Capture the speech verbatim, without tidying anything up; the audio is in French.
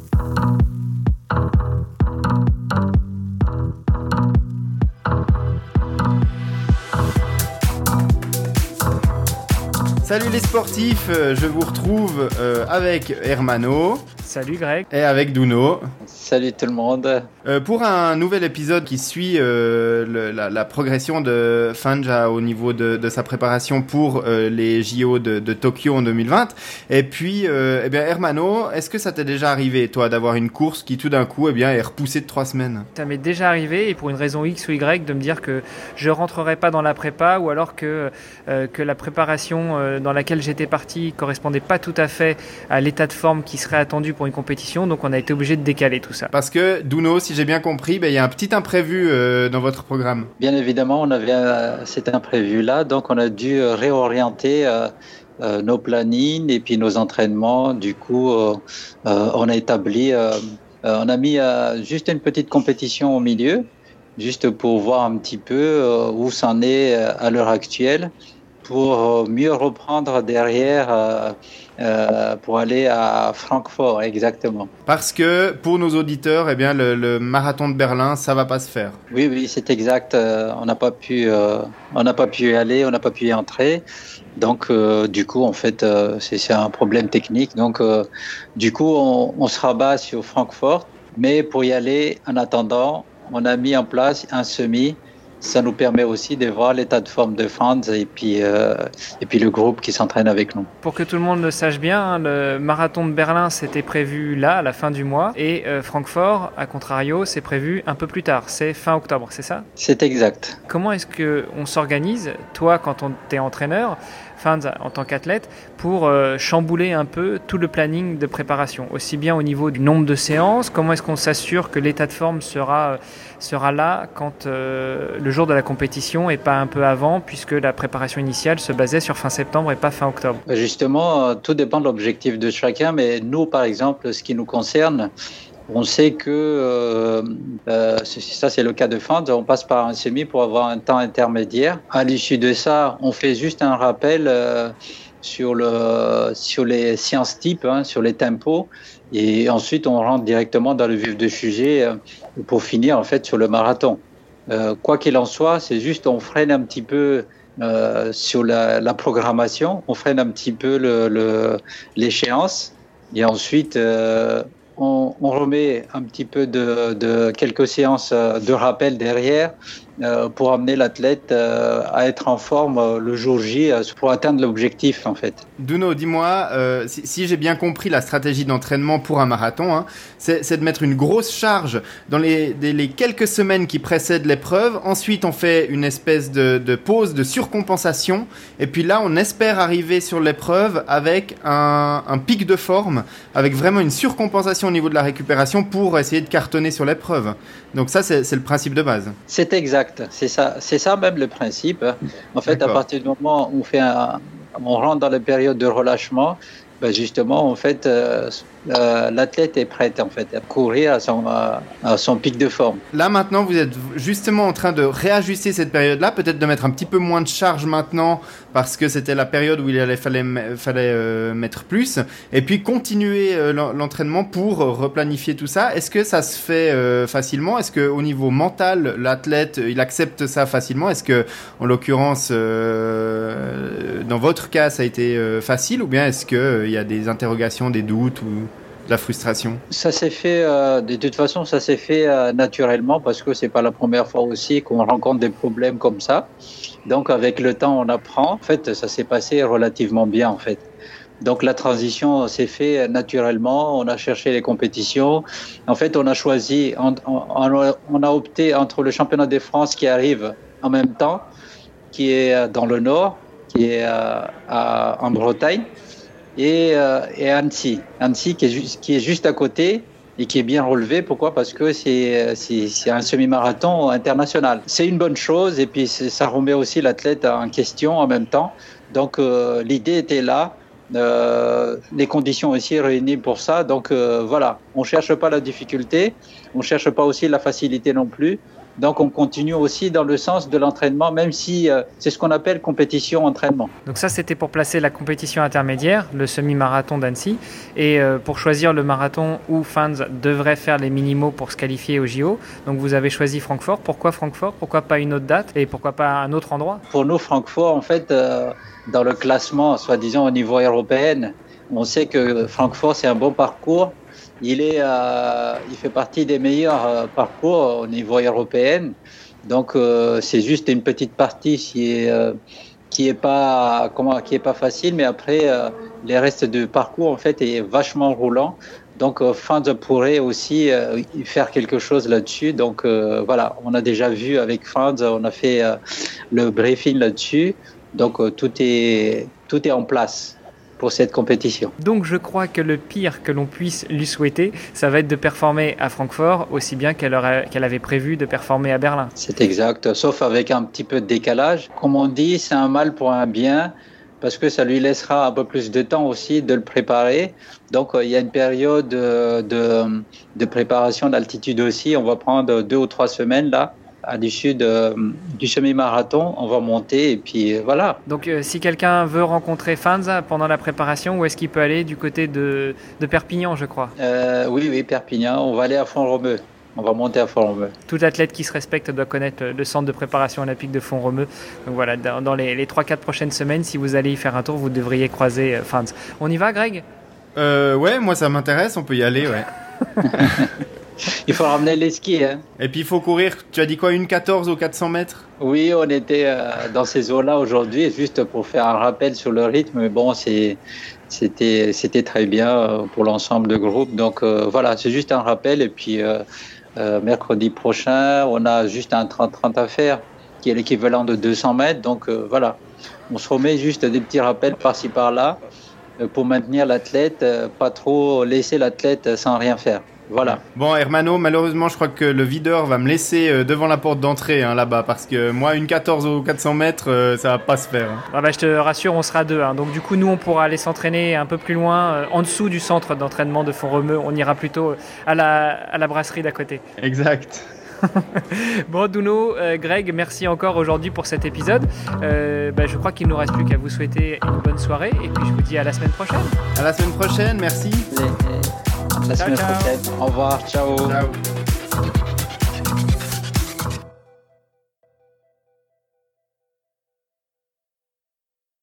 Salut les sportifs, je vous retrouve euh, avec Hermano. Salut Greg. Et avec Duno. Salut tout le monde. Euh, pour un nouvel épisode qui suit euh, le, la, la progression de Fanja au niveau de, de sa préparation pour euh, les J O de, de Tokyo en deux mille vingt. Et puis, euh, eh bien Hermano, est-ce que ça t'est déjà arrivé, toi, d'avoir une course qui tout d'un coup eh bien, est repoussée de trois semaines ? Ça m'est déjà arrivé, et pour une raison X ou Y, de me dire que je rentrerai pas dans la prépa, ou alors que, euh, que la préparation euh, dans laquelle j'étais parti correspondait pas tout à fait à l'état de forme qui serait attendu pour une compétition, donc on a été obligé de décaler tout ça. Parce que, Duno, si j'ai bien compris, ben, y a un petit imprévu euh, dans votre programme. Bien évidemment, on avait euh, cet imprévu-là, donc on a dû euh, réorienter euh, euh, nos plannings et puis nos entraînements. Du coup, euh, euh, on a établi, euh, euh, on a mis euh, juste une petite compétition au milieu, juste pour voir un petit peu euh, où c'en est euh, à l'heure actuelle, pour mieux reprendre derrière euh, euh, pour aller à Francfort, exactement. Parce que pour nos auditeurs, eh bien, le, le marathon de Berlin, ça va pas se faire. Oui, oui, c'est exact. Euh, on n'a pas pu, euh, on n'a pas pu y aller, on n'a pas pu y entrer. Donc, euh, du coup, en fait, euh, c'est, c'est un problème technique. Donc, euh, du coup, on, on se rabat sur Francfort. Mais pour y aller, en attendant, on a mis en place un semi. Ça nous permet aussi de voir l'état de forme de Franz et puis, euh, et puis le groupe qui s'entraîne avec nous. Pour que tout le monde le sache bien, hein, le marathon de Berlin s'était prévu là, à la fin du mois, et euh, Francfort, à contrario, c'est prévu un peu plus tard, c'est fin octobre, c'est ça ? C'est exact. Comment est-ce qu'on s'organise, toi quand on t'es entraîneur, Franz en tant qu'athlète, pour euh, chambouler un peu tout le planning de préparation, aussi bien au niveau du nombre de séances, comment est-ce qu'on s'assure que l'état de forme sera, sera là quand euh, le jour de la compétition et pas un peu avant, puisque la préparation initiale se basait sur fin septembre et pas fin octobre. Justement, tout dépend de l'objectif de chacun, mais nous, par exemple, ce qui nous concerne, on sait que, euh, euh, ça c'est le cas de Franz, on passe par un semi pour avoir un temps intermédiaire. À l'issue de ça, on fait juste un rappel euh, sur, le, sur les séances types, hein, sur les tempos, et ensuite on rentre directement dans le vif du sujet euh, pour finir en fait sur le marathon. Euh, quoi qu'il en soit, c'est juste on freine un petit peu euh, sur la, la programmation, on freine un petit peu le, le, l'échéance, et ensuite euh, On, on remet un petit peu de, de quelques séances de rappel derrière euh, pour amener l'athlète euh, à être en forme euh, le jour J euh, pour atteindre l'objectif en fait. Duno, dis-moi, euh, si, si j'ai bien compris la stratégie d'entraînement pour un marathon, hein, c'est, c'est de mettre une grosse charge dans les, des, les quelques semaines qui précèdent l'épreuve. Ensuite, on fait une espèce de, de pause, de surcompensation. Et puis là, on espère arriver sur l'épreuve avec un, un pic de forme, avec vraiment une surcompensation au niveau de la récupération pour essayer de cartonner sur l'épreuve. Donc ça, c'est, c'est le principe de base. C'est exact, c'est ça, c'est ça même le principe. En fait, D'accord. À partir du moment où on fait un, on rentre dans la période de relâchement, ben justement, en fait, euh, euh, l'athlète est prêt en fait à courir à son, à, à son pic de forme. Là maintenant, vous êtes justement en train de réajuster cette période-là, peut-être de mettre un petit peu moins de charge maintenant parce que c'était la période où il allait, fallait, fallait euh, mettre plus, et puis continuer euh, l'entraînement pour replanifier tout ça. Est-ce que ça se fait euh, facilement ? Est-ce que au niveau mental, l'athlète il accepte ça facilement ? Est-ce que, en l'occurrence, euh, dans votre cas, ça a été euh, facile, ou bien est-ce que il euh, y a des interrogations, des doutes ou de la frustration ? Ça s'est fait, euh, de toute façon, ça s'est fait euh, naturellement parce que c'est pas la première fois aussi qu'on rencontre des problèmes comme ça. Donc, avec le temps, on apprend. En fait, ça s'est passé relativement bien, en fait. Donc, la transition s'est faite naturellement. On a cherché les compétitions. En fait, on a choisi, on, on, on a opté entre le championnat de France qui arrive en même temps, qui est dans le nord, qui est à, à, en Bretagne, et, euh, et Annecy. Annecy qui est, ju- qui est juste à côté et qui est bien relevé. Pourquoi ? Parce que c'est, c'est, c'est un semi-marathon international. C'est une bonne chose et puis ça remet aussi l'athlète en question en même temps. Donc euh, l'idée était là, euh, les conditions aussi réunies pour ça. Donc euh, voilà, on cherche pas la difficulté, on cherche pas aussi la facilité non plus. Donc on continue aussi dans le sens de l'entraînement, même si euh, c'est ce qu'on appelle compétition-entraînement. Donc ça, c'était pour placer la compétition intermédiaire, le semi-marathon d'Annecy. Et euh, pour choisir le marathon où Fans devrait faire les minimaux pour se qualifier au J O. Donc vous avez choisi Francfort. Pourquoi Francfort? Pourquoi pas une autre date? Et pourquoi pas un autre endroit? Pour nous, Francfort, en fait, euh, dans le classement, soi-disant au niveau européen, on sait que Francfort, c'est un bon parcours. Il, est, euh, il fait partie des meilleurs euh, parcours au niveau européen. Donc, euh, c'est juste une petite partie qui est, euh, qui est pas, comment, qui est pas facile. Mais après, euh, les restes du parcours, en fait, est vachement roulant. Donc, euh, Fans pourrait aussi euh, faire quelque chose là-dessus. Donc, euh, voilà, on a déjà vu avec Fans, on a fait euh, le briefing là-dessus. Donc, euh, tout est, tout est en place pour cette compétition. Donc je crois que le pire que l'on puisse lui souhaiter, ça va être de performer à Francfort aussi bien qu'elle, aurait, qu'elle avait prévu de performer à Berlin. C'est exact, sauf avec un petit peu de décalage. Comme on dit, c'est un mal pour un bien, parce que ça lui laissera un peu plus de temps aussi de le préparer. Donc euh, il y a une période de, de, de préparation d'altitude aussi. On va prendre deux ou trois semaines là. À l'issue de, du semi-marathon, on va monter et puis voilà. Donc euh, si quelqu'un veut rencontrer Fans pendant la préparation, où est-ce qu'il peut aller? Du côté de, de Perpignan, je crois. Euh, oui, oui, Perpignan. On va aller à Font-Romeu. On va monter à Font-Romeu. Tout athlète qui se respecte doit connaître le centre de préparation olympique de Font-Romeu. Donc voilà, dans, dans les, les trois quatre prochaines semaines, si vous allez y faire un tour, vous devriez croiser euh, Fans. On y va, Greg? euh, Ouais, moi ça m'intéresse, on peut y aller, ouais. Il faut ramener les skis. Hein. Et puis il faut courir, tu as dit quoi, une quatorze aux quatre cents mètres? Oui, on était euh, dans ces eaux-là aujourd'hui, juste pour faire un rappel sur le rythme. Mais bon, c'est, c'était, c'était très bien euh, pour l'ensemble du groupe. Donc euh, voilà, c'est juste un rappel. Et puis euh, euh, mercredi prochain, on a juste un trente trente à faire, qui est l'équivalent de deux cents mètres. Donc euh, voilà, on se remet juste des petits rappels par-ci par-là euh, pour maintenir l'athlète, euh, pas trop laisser l'athlète sans rien faire. Voilà. Bon, Hermano, malheureusement, je crois que le videur va me laisser euh, devant la porte d'entrée hein, là-bas, parce que moi, une quatorze aux quatre cents mètres, euh, ça va pas se faire. Hein. Ah bah, je te rassure, on sera deux. Hein. Donc du coup, nous, on pourra aller s'entraîner un peu plus loin, euh, en dessous du centre d'entraînement de Font-Romeu. On ira plutôt à la, à la brasserie d'à côté. Exact. Bon, Duno, euh, Greg, merci encore aujourd'hui pour cet épisode. Euh, bah, je crois qu'il ne nous reste plus qu'à vous souhaiter une bonne soirée, et puis je vous dis à la semaine prochaine. À la semaine prochaine, merci. Les... La semaine prochaine. Au revoir. Ciao. Ciao.